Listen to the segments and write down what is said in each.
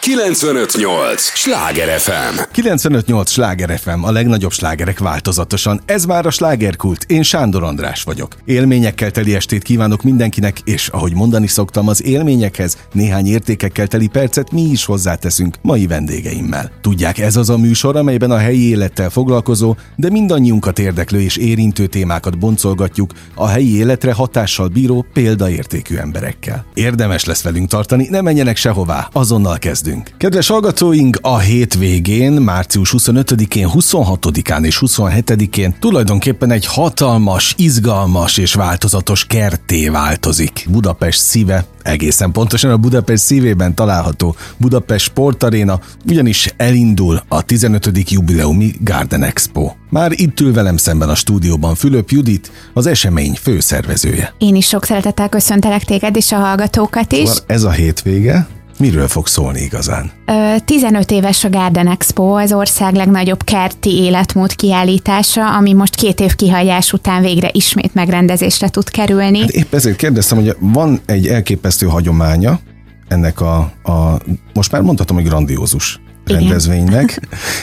95.8 Sláger FM. 95.8 Sláger FM, a legnagyobb slágerek változatosan. Ez már a Slágerkult. Én Sándor András vagyok. Élményekkel teli estét kívánok mindenkinek, és ahogy mondani szoktam, az élményekhez néhány értékekkel teli percet mi is hozzáteszünk mai vendégeimmel. Tudják, ez az a műsor, amelyben a helyi élettel foglalkozó, de mindannyiunkat érdeklő és érintő témákat boncolgatjuk a helyi életre hatással bíró példaértékű emberekkel. Érdemes lesz velünk tartani, ne menjenek sehová, azonnal kezdünk. Kedves hallgatóink, a hétvégén, március 25-én, 26-án és 27-én tulajdonképpen egy hatalmas, izgalmas és változatos kertté változik Budapest szíve, egészen pontosan a Budapest szívében található Budapest Sportaréna, ugyanis elindul a 15. jubileumi Garden Expo. Már itt ül velem szemben a stúdióban Fülöp Judit, az esemény főszervezője. Én is sok szeretettel köszöntelek téged és a hallgatókat is. Szóval ez a hétvége miről fog szólni igazán? 15 éves a Garden Expo, az ország legnagyobb kerti életmód kiállítása, ami most 2 év kihagyás után végre ismét megrendezésre tud kerülni. Hát épp ezért kérdeztem, hogy van egy elképesztő hagyománya ennek a most már mondhatom, hogy grandiózus rendezvénynek,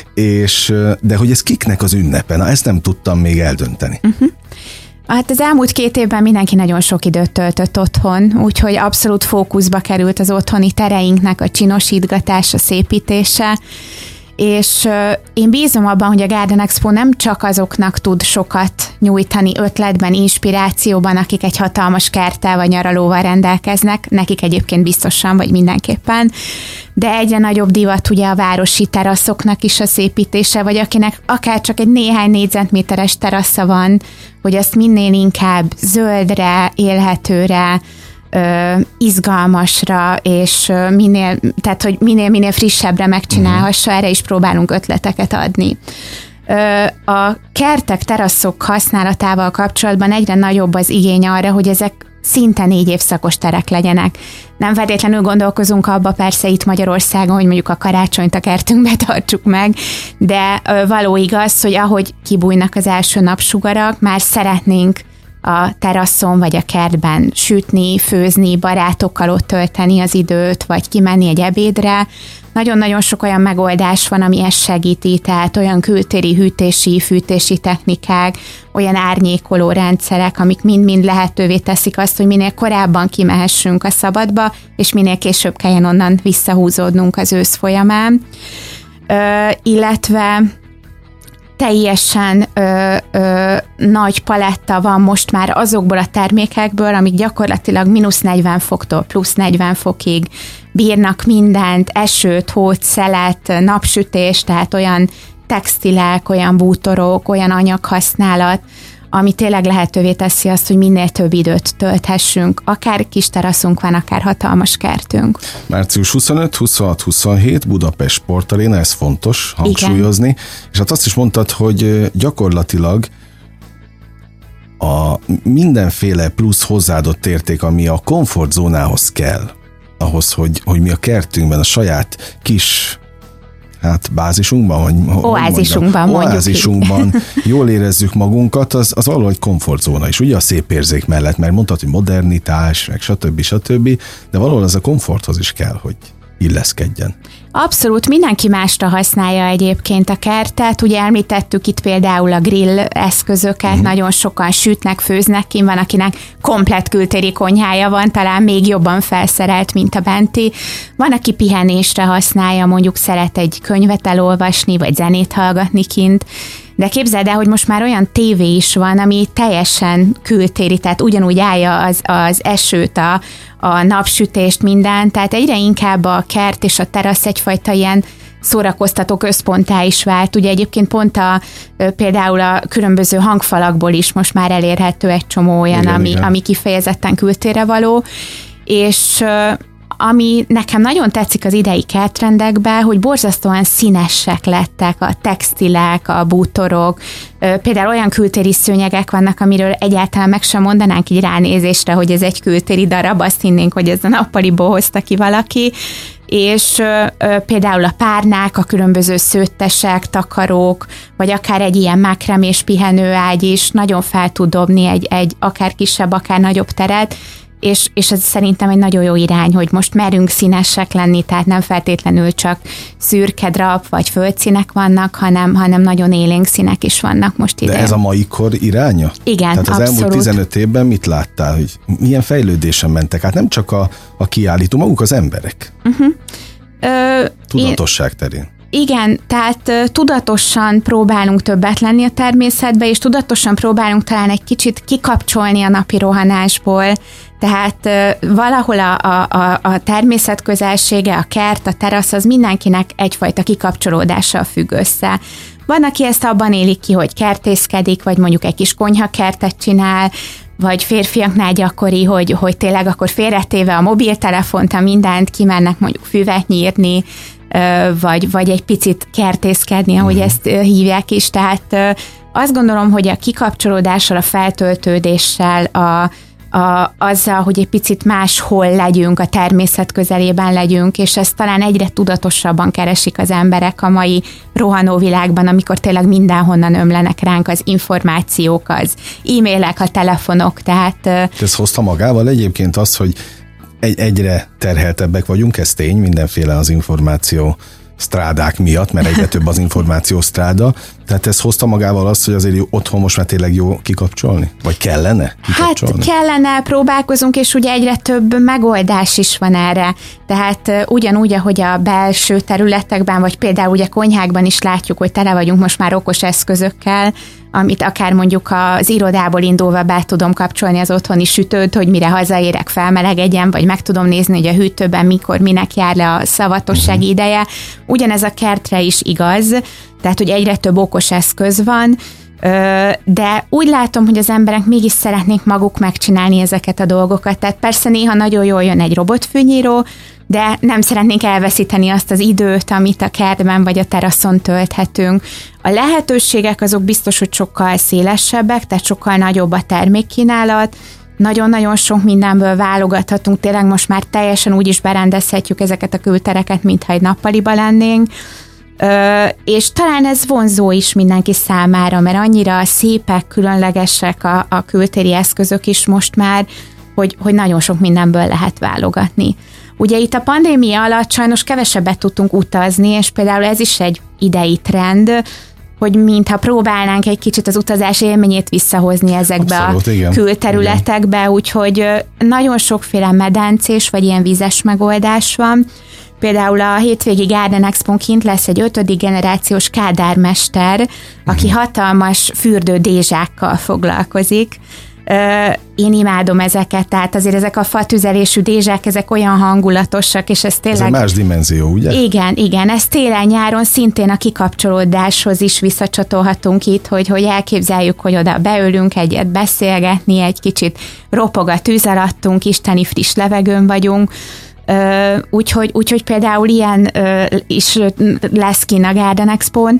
de hogy ez kiknek az ünnepe? Na, ezt nem tudtam még eldönteni. Hát az elmúlt 2 évben mindenki nagyon sok időt töltött otthon, úgyhogy abszolút fókuszba került az otthoni tereinknek a csinosítgatása, szépítése, és én bízom abban, hogy a Garden Expo nem csak azoknak tud sokat nyújtani ötletben, inspirációban, akik egy hatalmas kerttel vagy nyaralóval rendelkeznek, nekik egyébként biztosan, vagy mindenképpen, de egyre nagyobb divat ugye a városi teraszoknak is a szépítése, vagy akinek akár csak egy néhány négyzetméteres terasza van, hogy azt minél inkább zöldre, élhetőre, izgalmasra, és minél frissebbre megcsinálhassa, erre is próbálunk ötleteket adni. A kertek, teraszok használatával kapcsolatban egyre nagyobb az igény arra, hogy ezek szinte 4 évszakos terek legyenek. Nem feltétlenül gondolkozunk abba persze itt Magyarországon, hogy mondjuk a karácsonyt a kertünkbe tartsuk meg, de való igaz, hogy ahogy kibújnak az első napsugarak, már szeretnénk a teraszon vagy a kertben sütni, főzni, barátokkal ott tölteni az időt, vagy kimenni egy ebédre. Nagyon-nagyon sok olyan megoldás van, ami ezt segíti, tehát olyan kültéri hűtési, fűtési technikák, olyan árnyékoló rendszerek, amik mind-mind lehetővé teszik azt, hogy minél korábban kimehessünk a szabadba, és minél később kelljen onnan visszahúzódnunk az ősz folyamán. Illetve teljesen nagy paletta van most már azokból a termékekből, amik gyakorlatilag -40 foktól plusz 40 fokig bírnak mindent, esőt, hót, szelet, napsütést, tehát olyan textilek, olyan bútorok, olyan anyaghasználat, ami tényleg lehetővé teszi azt, hogy minél több időt tölthessünk. Akár kis teraszunk van, akár hatalmas kertünk. Március 25, 26, 27 Budapest Sportaréna, ez fontos hangsúlyozni. Igen. És hát azt is mondtad, hogy gyakorlatilag a mindenféle plusz hozzáadott érték, ami a komfortzónához kell, ahhoz, hogy mi a kertünkben a saját kis bázisunkban, vagy oázisunkban jól érezzük magunkat, az valahogy komfortzóna is, ugye a szép érzék mellett, mert mondtad, hogy modernitás, meg stb., de valahol az a komforthoz is kell, hogy illeszkedjen. Abszolút, mindenki másra használja egyébként a kertet, ugye említettük itt például a grill eszközöket, nagyon sokan sütnek, főznek, kint van, akinek komplett kültéri konyhája van, talán még jobban felszerelt, mint a benti. Van, aki pihenésre használja, mondjuk szeret egy könyvet elolvasni, vagy zenét hallgatni kint, de képzeld el, hogy most már olyan tévé is van, ami teljesen kültéri, tehát ugyanúgy állja az esőt, a napsütést, mindent, tehát egyre inkább a kert és a terasz egyfajta ilyen szórakoztató központtá is vált. Ugye egyébként pont például a különböző hangfalakból is most már elérhető egy csomó olyan, ami kifejezetten kültérre való, és ami nekem nagyon tetszik az idei kertrendekben, hogy borzasztóan színesek lettek a textilek, a bútorok, például olyan kültéri szőnyegek vannak, amiről egyáltalán meg sem mondanánk így ránézésre, hogy ez egy kültéri darab, azt hinnénk, hogy ez a nappaliból hozta ki valaki, és például a párnák, a különböző szőttesek, takarók, vagy akár egy ilyen mákremés pihenőágy is nagyon fel tud dobni egy akár kisebb, akár nagyobb teret, és ez szerintem egy nagyon jó irány, hogy most merünk színesek lenni, tehát nem feltétlenül csak szürke drap vagy földszínek vannak, hanem nagyon élénk színek is vannak most ide. De ez a mai kor iránya? Igen, tehát az abszolút. elmúlt 15 évben mit láttál, hogy milyen fejlődésen mentek? Hát nem csak a kiállító, maguk az emberek. Tudatosság terén. Igen, tehát tudatosan próbálunk többet lenni a természetbe, és tudatosan próbálunk talán egy kicsit kikapcsolni a napi rohanásból, tehát valahol a természet közelsége, a kert, a terasz, az mindenkinek egyfajta kikapcsolódással függ össze. Van, aki ezt abban élik ki, hogy kertészkedik, vagy mondjuk egy kis konyhakertet csinál, vagy férfiaknál gyakori, hogy tényleg akkor félretéve a mobiltelefont, a mindent, kimennek mondjuk füvet nyírni, vagy egy picit kertészkedni, ahogy ezt hívják is. Tehát azt gondolom, hogy a kikapcsolódással, a feltöltődéssel, azzal, hogy egy picit máshol legyünk, a természet közelében legyünk, és ezt talán egyre tudatosabban keresik az emberek a mai rohanó világban, amikor tényleg mindenhonnan ömlenek ránk az információk, az e-mailek, a telefonok, tehát... Ez hozta magával egyébként azt, hogy egyre terheltebbek vagyunk, ez tény, mindenféle az információ strádák miatt, mert egyre több az információ stráda, tehát ez hozta magával azt, hogy azért otthon most már tényleg jó kikapcsolni? Vagy kellene kikapcsolni? Hát kellene, próbálkozunk, és ugye egyre több megoldás is van erre. Tehát ugyanúgy, ahogy a belső területekben, vagy például ugye konyhákban is látjuk, hogy tele vagyunk most már okos eszközökkel, amit akár mondjuk az irodából indulva be tudom kapcsolni az otthoni sütőt, hogy mire hazaérek, felmelegedjem, vagy meg tudom nézni, hogy a hűtőben mikor, minek jár le a szavatosság ideje. Ugyanez a kertre is igaz, tehát hogy egyre több okos eszköz van, de úgy látom, hogy az emberek mégis szeretnék maguk megcsinálni ezeket a dolgokat. Tehát persze néha nagyon jól jön egy robotfűnyíró, de nem szeretnénk elveszíteni azt az időt, amit a kertben vagy a teraszon tölthetünk. A lehetőségek azok biztos, hogy sokkal szélesebbek, tehát sokkal nagyobb a termékkínálat, nagyon-nagyon sok mindenből válogathatunk, tényleg most már teljesen úgy is berendezhetjük ezeket a kültereket, mintha egy nappaliba lennénk, és talán ez vonzó is mindenki számára, mert annyira szépek, különlegesek a kültéri eszközök is most már, hogy nagyon sok mindenből lehet válogatni. Ugye itt a pandémia alatt sajnos kevesebbet tudtunk utazni, és például ez is egy idei trend, hogy mintha próbálnánk egy kicsit az utazás élményét visszahozni ezekbe abszolút, a külterületekbe, igen. Úgyhogy nagyon sokféle medencés vagy ilyen vízes megoldás van. Például a hétvégi Garden Expon kint lesz egy 5. generációs kádármester, aki hatalmas fürdődézsákkal foglalkozik. Én imádom ezeket, tehát azért ezek a fatüzelésű dézsák, ezek olyan hangulatosak, és ez tényleg... Ez egy más dimenzió, ugye? Igen, ez télen-nyáron szintén a kikapcsolódáshoz is visszacsatolhatunk itt, hogy elképzeljük, hogy oda beülünk egyet beszélgetni, egy kicsit ropog a tűz alattunk, isteni friss levegőn vagyunk, úgyhogy például ilyen is lesz kint a Garden Expon,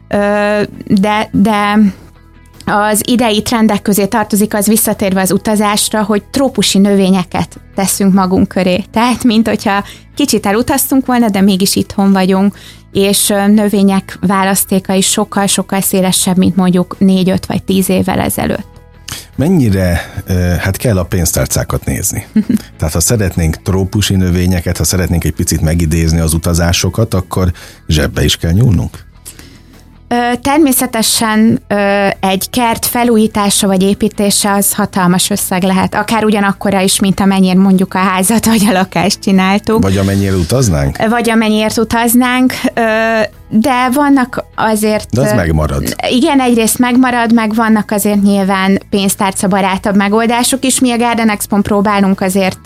de az idei trendek közé tartozik az visszatérve az utazásra, hogy trópusi növényeket teszünk magunk köré. Tehát, mint hogyha kicsit elutaztunk volna, de mégis itthon vagyunk, és növények választéka is sokkal-sokkal szélesebb, mint mondjuk 4-5 vagy 10 évvel ezelőtt. Mennyire kell a pénztárcákat nézni? Tehát ha szeretnénk trópusi növényeket, ha szeretnénk egy picit megidézni az utazásokat, akkor zsebbe is kell nyúlnunk? Természetesen egy kert felújítása vagy építése az hatalmas összeg lehet. Akár ugyanakkora is, mint amennyire mondjuk a házat vagy a lakást csináltuk. Vagy amennyire utaznánk? Vagy amennyire utaznánk, de vannak azért... De az megmarad. Igen, egyrészt megmarad, meg vannak azért nyilván pénztárca barátabb megoldások is. Mi a Garden Expon próbálunk azért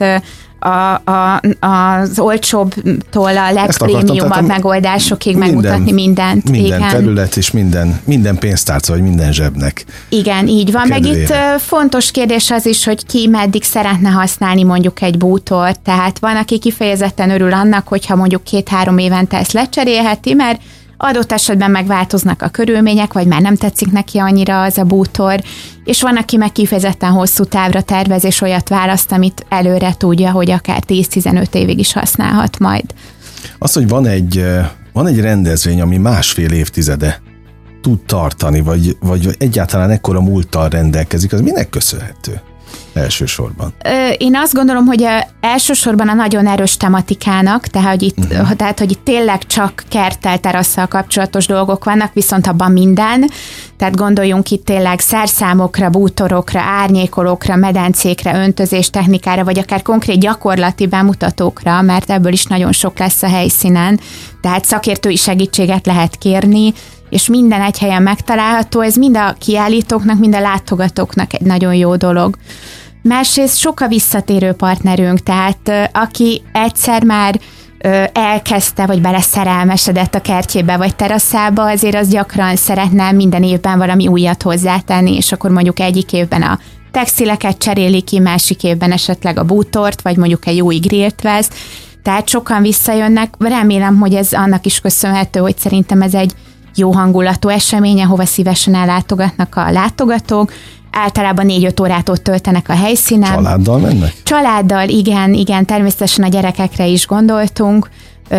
az olcsóbbtól a legprémiumabb megoldásokig megmutatni mindent. Minden terület és minden pénztárca, vagy minden zsebnek. Igen, így van. Kedvére. Meg itt fontos kérdés az is, hogy ki meddig szeretne használni mondjuk egy bútort. Tehát van, aki kifejezetten örül annak, hogyha mondjuk 2-3 évente ezt lecserélheti, mert adott esetben megváltoznak a körülmények, vagy már nem tetszik neki annyira az a bútor, és van, aki meg kifejezetten hosszú távra tervez, és olyat választ, amit előre tudja, hogy akár 10-15 évig is használhat majd. Az, hogy van egy rendezvény, ami 1,5 évtizede tud tartani, vagy egyáltalán ekkora múlttal rendelkezik, az minek köszönhető? elsősorban? Én azt gondolom, hogy elsősorban a nagyon erős tematikának, tehát hogy itt tényleg csak kerttel, terasszal kapcsolatos dolgok vannak, viszont abban minden. Tehát gondoljunk itt tényleg szerszámokra, bútorokra, árnyékolókra, medencékre, öntözés technikára, vagy akár konkrét gyakorlati bemutatókra, mert ebből is nagyon sok lesz a helyszínen. Tehát szakértői segítséget lehet kérni, és minden egy helyen megtalálható, ez mind a kiállítóknak, mind a látogatóknak egy nagyon jó dolog. Másrészt sok a visszatérő partnerünk, tehát aki egyszer már elkezdte, vagy beleszerelmesedett a kertjébe, vagy teraszába, azért az gyakran szeretne minden évben valami újat hozzátenni, és akkor mondjuk egyik évben a textileket cseréli ki, másik évben esetleg a bútort, vagy mondjuk egy új grillt vesz. Tehát sokan visszajönnek, remélem, hogy ez annak is köszönhető, hogy szerintem ez egy jó hangulatú esemény, ahova szívesen ellátogatnak a látogatók. Általában 4-5 órát ott töltenek a helyszínen. Családdal mennek? Családdal, igen, természetesen a gyerekekre is gondoltunk.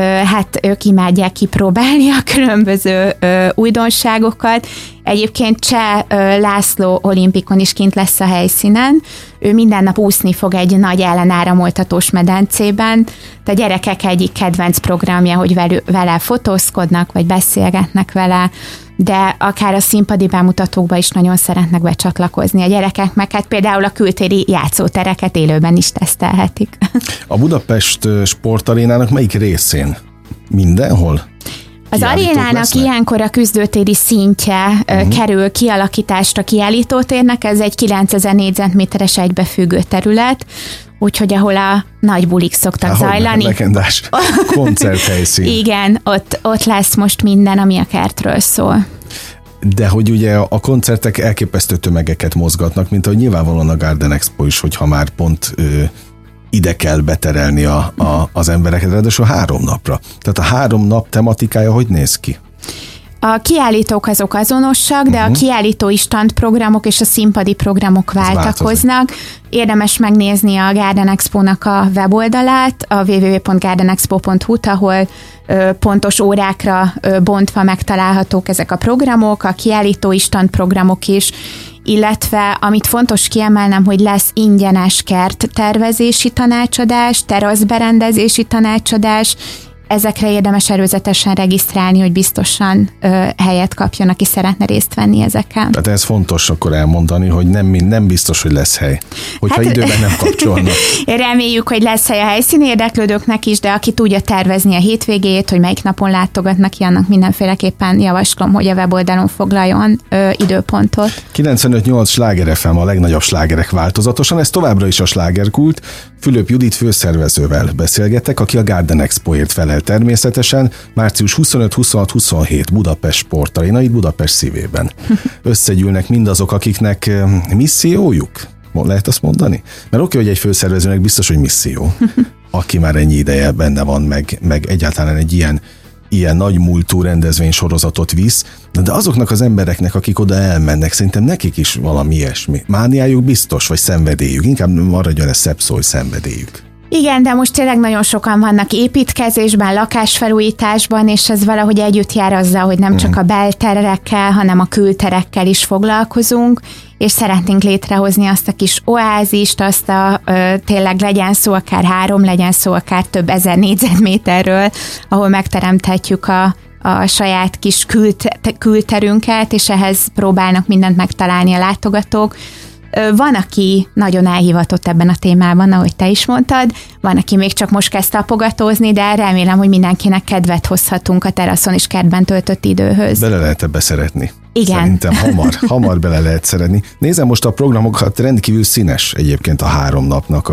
Hát ők imádják kipróbálni a különböző újdonságokat. Egyébként Cseh László olimpikon is kint lesz a helyszínen. Ő minden nap úszni fog egy nagy ellenáramoltatós medencében. A gyerekek egyik kedvenc programja, hogy vele fotózkodnak, vagy beszélgetnek vele, de akár a színpadi bemutatókba is nagyon szeretnek becsatlakozni a gyerekek, meg hát például a kültéri játszótereket élőben is tesztelhetik. A Budapest sportarénának melyik részén? Mindenhol? Az arénának ilyenkor a küzdőtéri szintje kerül kialakításra kiállítótérnek, ez egy 9000 négyzetméteres egybefüggő terület, úgyhogy ahol a nagy bulik szoktak zajlani. Legendás koncerthelyszín. Igen, ott lesz most minden, ami a kertről szól. De hogy ugye a koncertek elképesztő tömegeket mozgatnak, mint ahogy nyilvánvalóan a Garden Expo is, hogyha már pont ide kell beterelni az embereket, ráadásul 3 napra. Tehát a 3 nap tematikája hogy néz ki? A kiállítók azok azonosak, de a kiállítói standprogramok és a színpadi programok váltakoznak. Érdemes megnézni a Garden Expo-nak a weboldalát, a www.gardenexpo.hu-t, ahol pontos órákra bontva megtalálhatók ezek a programok, a kiállítói standprogramok is, illetve amit fontos kiemelnem, hogy lesz ingyenes kerttervezési tanácsadás, teraszberendezési tanácsadás. Ezekre érdemes előzetesen regisztrálni, hogy biztosan helyet kapjon, aki szeretne részt venni ezeken. Tehát ez fontos akkor elmondani, hogy nem biztos, hogy lesz hely, hogyha időben nem kapcsolnak. Reméljük, hogy lesz hely a helyszíni érdeklődőknek is, de aki tudja tervezni a hétvégét, hogy melyik napon látogatnak ki, annak mindenféleképpen javaslom, hogy a weboldalon foglaljon időpontot. 95.8 Sláger FM, a legnagyobb slágerek változatosan, ez továbbra is a slágerkult. Fülöp Judit főszervezővel beszélgetek, aki a Garden Expoért felel természetesen, március 25-26-27 Budapest sportaréna, itt Budapest szívében. Összegyűlnek mindazok, akiknek missziójuk, lehet azt mondani? Mert oké, hogy egy főszervezőnek biztos, hogy misszió, aki már ennyi ideje benne van, meg egyáltalán egy ilyen nagy múltú rendezvénysorozatot visz, de azoknak az embereknek, akik oda elmennek, szerintem nekik is valami ilyesmi. Mániájuk biztos, vagy szenvedélyük. Inkább maradjon ez szebb szó, hogy szenvedélyük. Igen, de most tényleg nagyon sokan vannak építkezésben, lakásfelújításban, és ez valahogy együtt jár azzal, hogy nem csak a belterekkel, hanem a külterekkel is foglalkozunk, és szeretnénk létrehozni azt a kis oázist, azt tényleg legyen szó akár 3, legyen szó akár több ezer négyzetméterről, ahol megteremthetjük a saját kis külterünket, és ehhez próbálnak mindent megtalálni a látogatók. Van, aki nagyon elhivatott ebben a témában, ahogy te is mondtad, van, aki még csak most kezd tapogatózni, de remélem, hogy mindenkinek kedvet hozhatunk a teraszon és kertben töltött időhöz. Bele lehet ebbe szeretni. Igen. Szerintem hamar bele lehet szeretni. Nézem most a programokat, rendkívül színes egyébként a 3 napnak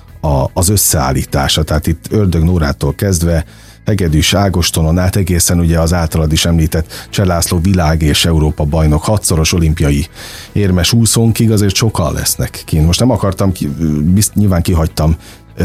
az összeállítása, tehát itt Ördög Nórától kezdve Hegedűs Ágostonon át egészen ugye az általad is említett Cseh László világ és Európa bajnok, 6-szoros olimpiai érmes úszónkig azért sokan lesznek kint. Most nem akartam, nyilván kihagytam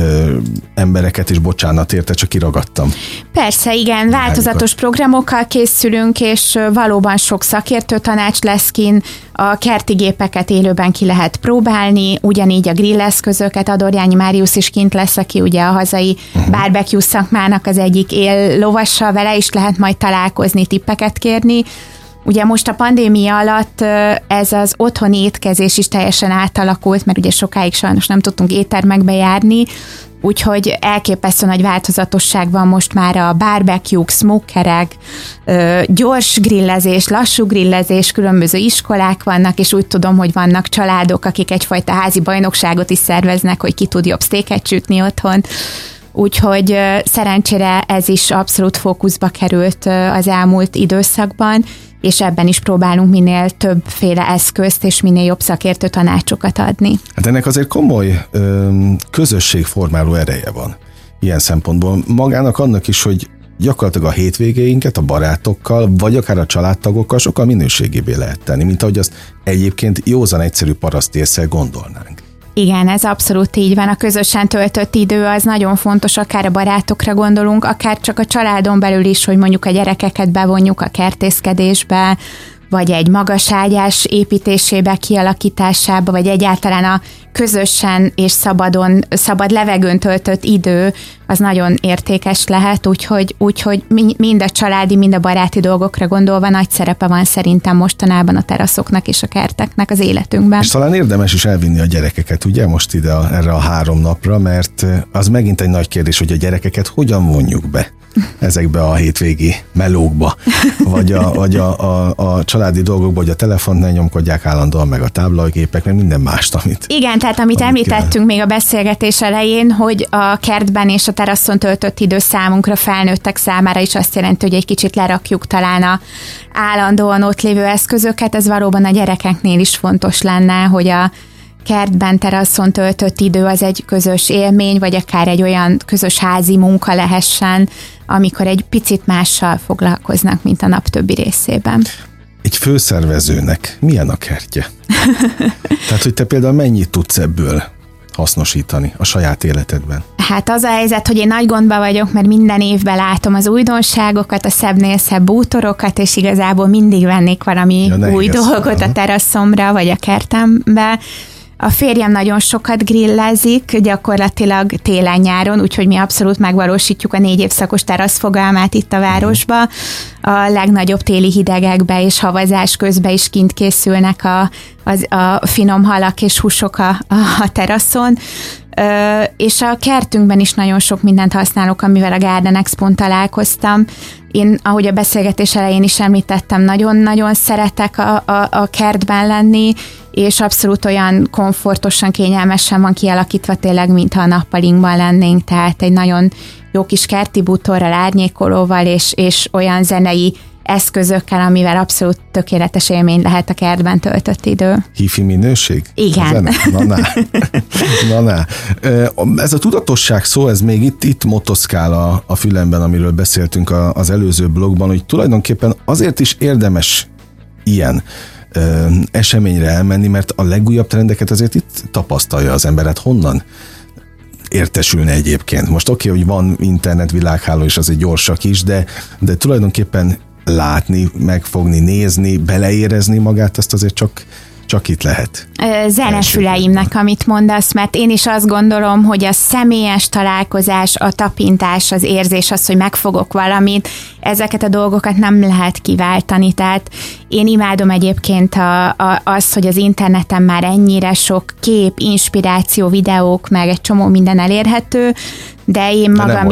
embereket, és bocsánat érte, csak kiragadtam. Persze, igen, változatos programokkal készülünk, és valóban sok szakértő tanács lesz kint, a kerti gépeket élőben ki lehet próbálni, ugyanígy a grilleszközöket, Adorjányi Máriusz is kint lesz, aki ugye a hazai barbecue szakmának az egyik éllovasa, vele is lehet majd találkozni, tippeket kérni. Ugye most a pandémia alatt ez az otthoni étkezés is teljesen átalakult, mert ugye sokáig sajnos nem tudtunk éttermekbe járni, úgyhogy elképesztő nagy változatosság van most már a barbecue-k, smokerek, gyors grillezés, lassú grillezés, különböző iskolák vannak, és úgy tudom, hogy vannak családok, akik egyfajta házi bajnokságot is szerveznek, hogy ki tud jobb sztéket sütni otthon. Úgyhogy szerencsére ez is abszolút fókuszba került az elmúlt időszakban, és ebben is próbálunk minél többféle eszközt és minél jobb szakértő tanácsokat adni. Hát ennek azért komoly közösségformáló ereje van ilyen szempontból. Magának annak is, hogy gyakorlatilag a hétvégéinket a barátokkal, vagy akár a családtagokkal sokkal minőségébbé lehet tenni, mint ahogy azt egyébként józan egyszerű paraszti ésszel gondolnánk. Igen, ez abszolút így van. A közösen töltött idő az nagyon fontos, akár a barátokra gondolunk, akár csak a családon belül is, hogy mondjuk a gyerekeket bevonjuk a kertészkedésbe, vagy egy magaságyás építésébe, kialakításába, vagy egyáltalán a közösen és szabad levegőn töltött idő, az nagyon értékes lehet, úgyhogy mind a családi, mind a baráti dolgokra gondolva nagy szerepe van szerintem mostanában a teraszoknak és a kerteknek az életünkben. És talán érdemes is elvinni a gyerekeket, ugye, most ide erre a 3 napra, mert az megint egy nagy kérdés, hogy a gyerekeket hogyan vonjuk be ezekbe a hétvégi melókba, vagy a családi dolgokba, hogy a telefont ne nyomkodják állandóan, meg a táblagépek, meg minden mást, amit... Igen, tehát amit említettünk még a beszélgetés elején, hogy a kertben és a teraszon töltött idő számunkra, felnőttek számára is azt jelenti, hogy egy kicsit lerakjuk talán a állandóan ott lévő eszközöket, ez valóban a gyerekeknél is fontos lenne, hogy a kertben, teraszon töltött idő az egy közös élmény, vagy akár egy olyan közös házi munka lehessen, amikor egy picit mással foglalkoznak, mint a nap többi részében. Egy főszervezőnek milyen a kertje? Tehát, hogy te például mennyit tudsz ebből hasznosítani a saját életedben? Hát az a helyzet, hogy én nagy gondba vagyok, mert minden évben látom az újdonságokat, a szebbnél szebb bútorokat, és igazából mindig vennék valami új dolgot a teraszomra, vagy a kertembe. A férjem nagyon sokat grillezik, gyakorlatilag télen-nyáron, úgyhogy mi abszolút megvalósítjuk a 4 évszakos terasz fogalmát itt a városba. A legnagyobb téli hidegekbe és havazás közben is kint készülnek a finom halak és húsok a teraszon. És a kertünkben is nagyon sok mindent használok, amivel a Garden Expo-n találkoztam. Én, ahogy a beszélgetés elején is említettem, nagyon-nagyon szeretek a kertben lenni, és abszolút olyan komfortosan, kényelmesen van kialakítva tényleg, mintha a nappalinkban lennénk, tehát egy nagyon jó kis kerti bútorral, árnyékolóval, és olyan zenei eszközökkel, amivel abszolút tökéletes élmény lehet a kertben töltött idő. Hifi minőség? Igen. Na. Ez a tudatosság szó, ez még itt motoszkál a fülemben, amiről beszéltünk az előző blogban, hogy tulajdonképpen azért is érdemes ilyen eseményre elmenni, mert a legújabb trendeket azért itt tapasztalja az ember. Hát honnan értesülne egyébként? Most oké, hogy van internet, világháló, és az egy gyorsak is, de tulajdonképpen látni, megfogni, nézni, beleérezni magát, ezt azért csak itt lehet. Zenefüleimnek, amit mondasz, mert én is azt gondolom, hogy a személyes találkozás, a tapintás, az érzés, az, hogy megfogok valamit, ezeket a dolgokat nem lehet kiváltani, tehát én imádom egyébként azt, hogy az interneten már ennyire sok kép, inspiráció, videók, meg egy csomó minden elérhető, de én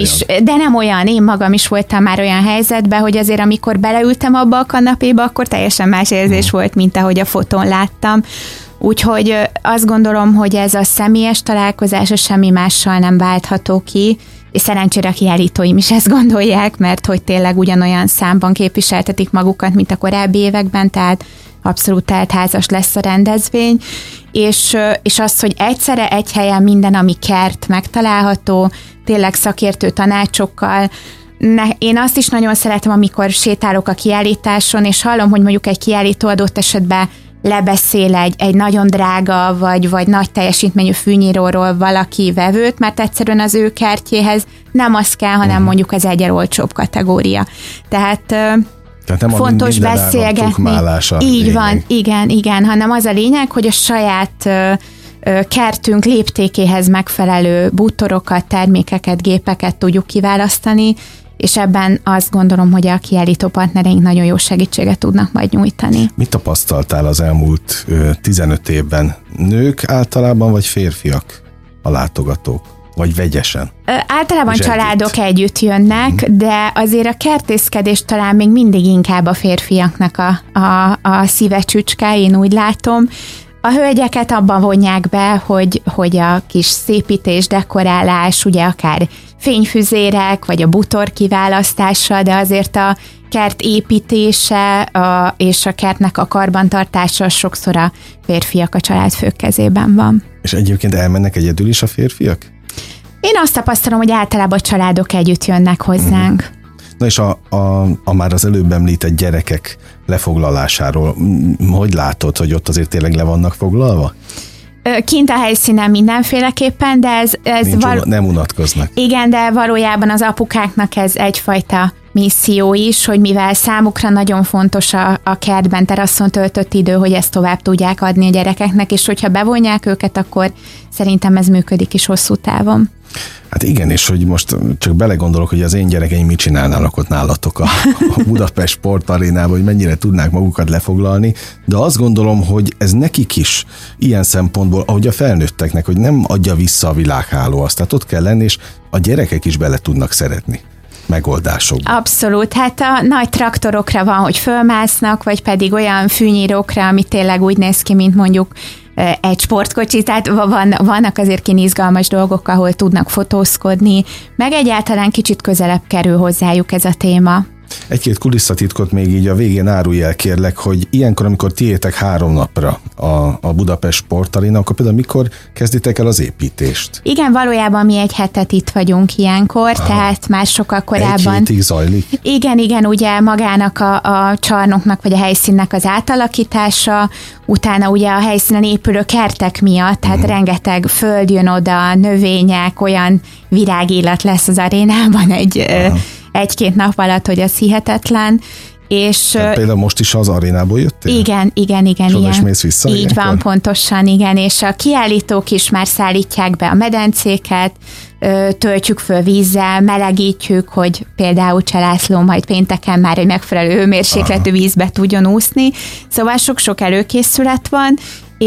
magam is voltam már olyan helyzetben, hogy azért amikor beleültem abba a kanapéba, akkor teljesen más érzés volt, mint ahogy a fotón láttam. Úgyhogy azt gondolom, hogy ez a személyes találkozás a semmi mással nem váltható ki, és szerencsére a kiállítóim is ezt gondolják, mert hogy tényleg ugyanolyan számban képviseltetik magukat, mint a korábbi években, tehát abszolút teltházas lesz a rendezvény, és az, hogy egyszerre egy helyen minden, ami kert megtalálható, tényleg szakértő tanácsokkal. Én azt is nagyon szeretem, amikor sétálok a kiállításon, és hallom, hogy mondjuk egy kiállító adott esetben lebeszél egy nagyon drága, vagy nagy teljesítményű fűnyíróról valaki vevőt, mert egyszerűen az ő kertjéhez nem az kell, hanem mondjuk az egyre olcsóbb kategória. Tehát nem fontos beszélgetni. Így van, igen, hanem az a lényeg, hogy a saját kertünk léptékéhez megfelelő bútorokat, termékeket, gépeket tudjuk kiválasztani, és ebben azt gondolom, hogy a kiállító partnereink nagyon jó segítséget tudnak majd nyújtani. Mit tapasztaltál az elmúlt 15 évben? Nők általában, vagy férfiak a látogatók? Vagy vegyesen? Általában családok együtt jönnek, de azért a kertészkedés talán még mindig inkább a férfiaknak a szíve csücske, én úgy látom. A hölgyeket abban vonják be, hogy a kis szépítés, dekorálás, ugye akár fényfüzérek, vagy a bútor kiválasztása, de azért a kert építése és a kertnek a karbantartása sokszor a férfiak, a családfők kezében van. És egyébként elmennek egyedül is a férfiak? Én azt tapasztalom, hogy általában a családok együtt jönnek hozzánk. Na és a már az előbb említett gyerekek lefoglalásáról, hogy látod, hogy ott azért tényleg le vannak foglalva? Kint a helyszínen mindenféleképpen, de ez nem unatkoznak. Igen, de valójában az apukáknak ez egyfajta misszió is, hogy mivel számukra nagyon fontos a kertben teraszon töltött idő, hogy ezt tovább tudják adni a gyerekeknek, és hogyha bevonják őket, akkor szerintem ez működik is hosszú távon. Hát igen, és hogy most csak belegondolok, hogy az én gyerekeim mit csinálnának ott nálatok a Budapest Sportarénában, hogy mennyire tudnák magukat lefoglalni, de azt gondolom, hogy ez nekik is ilyen szempontból, ahogy a felnőtteknek, hogy nem adja vissza a világháló azt, tehát ott kell lenni, és a gyerekek is bele tudnak szeretni megoldásokban. Abszolút, hát a nagy traktorokra van, hogy fölmásznak, vagy pedig olyan fűnyírókra, ami tényleg úgy néz ki, mint mondjuk egy sportkocsi, tehát vannak azért kinizgalmas dolgok, ahol tudnak fotózkodni, meg egyáltalán kicsit közelebb kerül hozzájuk ez a téma. Egy-két kulisszatitkot még így a végén árulj el, kérlek, hogy ilyenkor, amikor tiétek 3 napra a Budapest Sportaréna, akkor például mikor kezditek el az építést? Igen, valójában mi egy hetet itt vagyunk ilyenkor, tehát már sokkal korábban. Egy hétig zajlik? Igen, ugye magának a csarnoknak vagy a helyszínnek az átalakítása, utána ugye a helyszínen épülő kertek miatt, tehát rengeteg föld jön oda, növények, olyan virágillat lesz az arénában egy-két nap alatt, hogy az hihetetlen. És például most is az arénából jöttél? Igen. És oda is mész vissza? Így van, pontosan, igen. És a kiállítók is már szállítják be a medencéket, töltjük föl vízzel, melegítjük, hogy például Cselászló majd pénteken már egy megfelelő hőmérsékletű vízbe tudjon úszni. Szóval sok-sok előkészület van,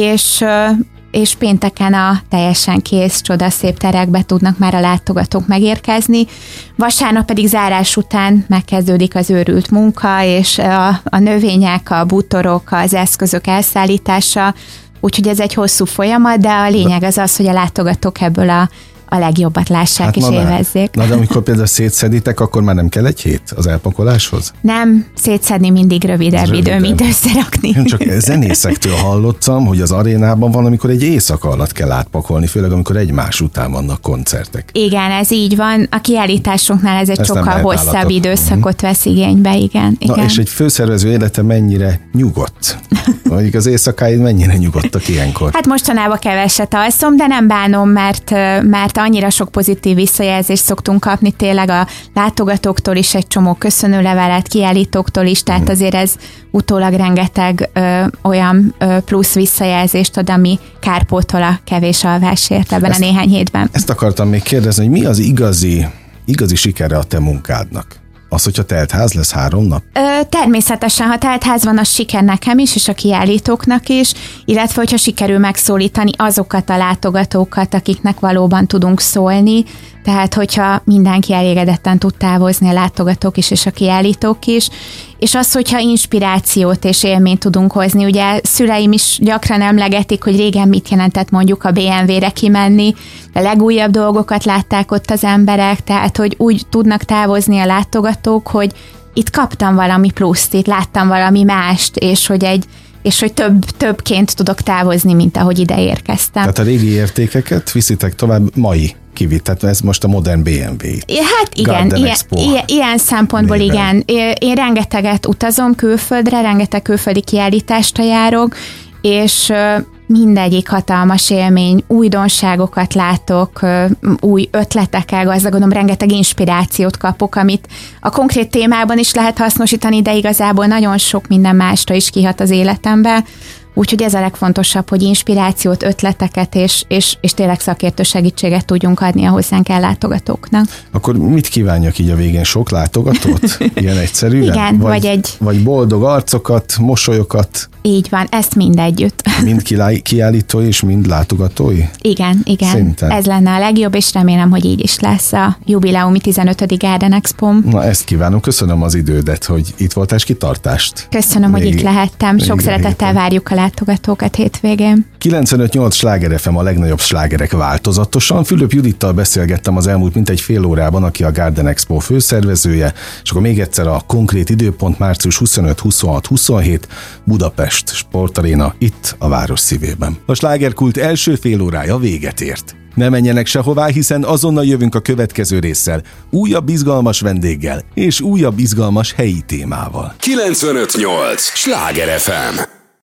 és pénteken a teljesen kész, csodaszép terekbe tudnak már a látogatók megérkezni. Vasárnap pedig zárás után megkezdődik az őrült munka, és a növények, a bútorok, az eszközök elszállítása, úgyhogy ez egy hosszú folyamat, de a lényeg az, hogy a látogatók ebből a legjobbat lássák és élvezzék. De amikor például szétszeditek, akkor már nem kell egy hét az elpakoláshoz? Nem, szétszedni mindig rövidebb idő, mint összerakni. Én csak zenészektől hallottam, hogy az arénában van, amikor egy éjszaka alatt kell átpakolni, főleg amikor egymás után vannak koncertek. Igen, ez így van. A kiállításoknál ez egy sokkal hosszabb időszakot vesz igénybe, igen. Na, és egy főszervező élete mennyire nyugodt? Mondjuk az éjszakáid mennyire nyugodtak ilyenkor? Hát mostanában keveset alszom, de nem bánom, mert annyira sok pozitív visszajelzést szoktunk kapni tényleg a látogatóktól is, egy csomó köszönőlevelet, kiállítóktól is, tehát azért ez utólag rengeteg olyan plusz visszajelzést ad, ami kárpótol a kevés alvásért ebben a néhány hétben. Ezt akartam még kérdezni, hogy mi az igazi sikere a te munkádnak? Az, hogyha teltház lesz 3 nap? Természetesen, ha teltház van, az siker nekem is, és a kiállítóknak is, illetve hogyha sikerül megszólítani azokat a látogatókat, akiknek valóban tudunk szólni, tehát hogyha mindenki elégedetten tud távozni, a látogatók is, és a kiállítók is, és az, hogyha inspirációt és élményt tudunk hozni. Ugye szüleim is gyakran emlegetik, hogy régen mit jelentett mondjuk a BMW-re kimenni, a legújabb dolgokat látták ott az emberek, tehát hogy úgy tudnak távozni a látogatók, hogy itt kaptam valami pluszt, itt láttam valami mást, és hogy többként tudok távozni, mint ahogy ide érkeztem. Tehát a régi értékeket viszitek tovább mai kivit, tehát ez most a modern BMW. Hát igen, ilyen szempontból néven. Igen. Én rengeteget utazom külföldre, rengeteg külföldi kiállításra járok, és mindegyik hatalmas élmény, újdonságokat látok, új ötletekkel gazdagodom, rengeteg inspirációt kapok, amit a konkrét témában is lehet hasznosítani, de igazából nagyon sok minden másra is kihat az életembe. Úgyhogy ez a legfontosabb, hogy inspirációt, ötleteket és tényleg szakértő segítséget tudjunk adni a hozzánk ellátogatóknak. Akkor mit kívánjak így a végén? Sok látogatót? Ilyen egyszerűen? Igen, vagy boldog arcokat, mosolyokat? Így van, ezt mind együtt. Mind kiállítói és mind látogatói? Igen. Szinten. Ez lenne a legjobb, és remélem, hogy így is lesz a jubileumi 15. Garden Expo-m. Na, ezt kívánom. Köszönöm az idődet, hogy itt voltál, és kitartást. Köszönöm, hogy itt lehettem. Sok szeretettel várjuk a látogatókat hétvégén. 95.8 Sláger FM, a legnagyobb slágerek változatosan. Fülöp Judittal beszélgettem az elmúlt mintegy fél órában, aki a Garden Expo főszervezője, és akkor még egyszer a konkrét időpont március 25, 26, 27 Budapest Sportaréna, itt a város szívében. A slágerkult első fél órája véget ért. Ne menjenek sehová, hiszen azonnal jövünk a következő résszel, újabb izgalmas vendéggel és újabb izgalmas helyi témával. 95.8 Sláger FM.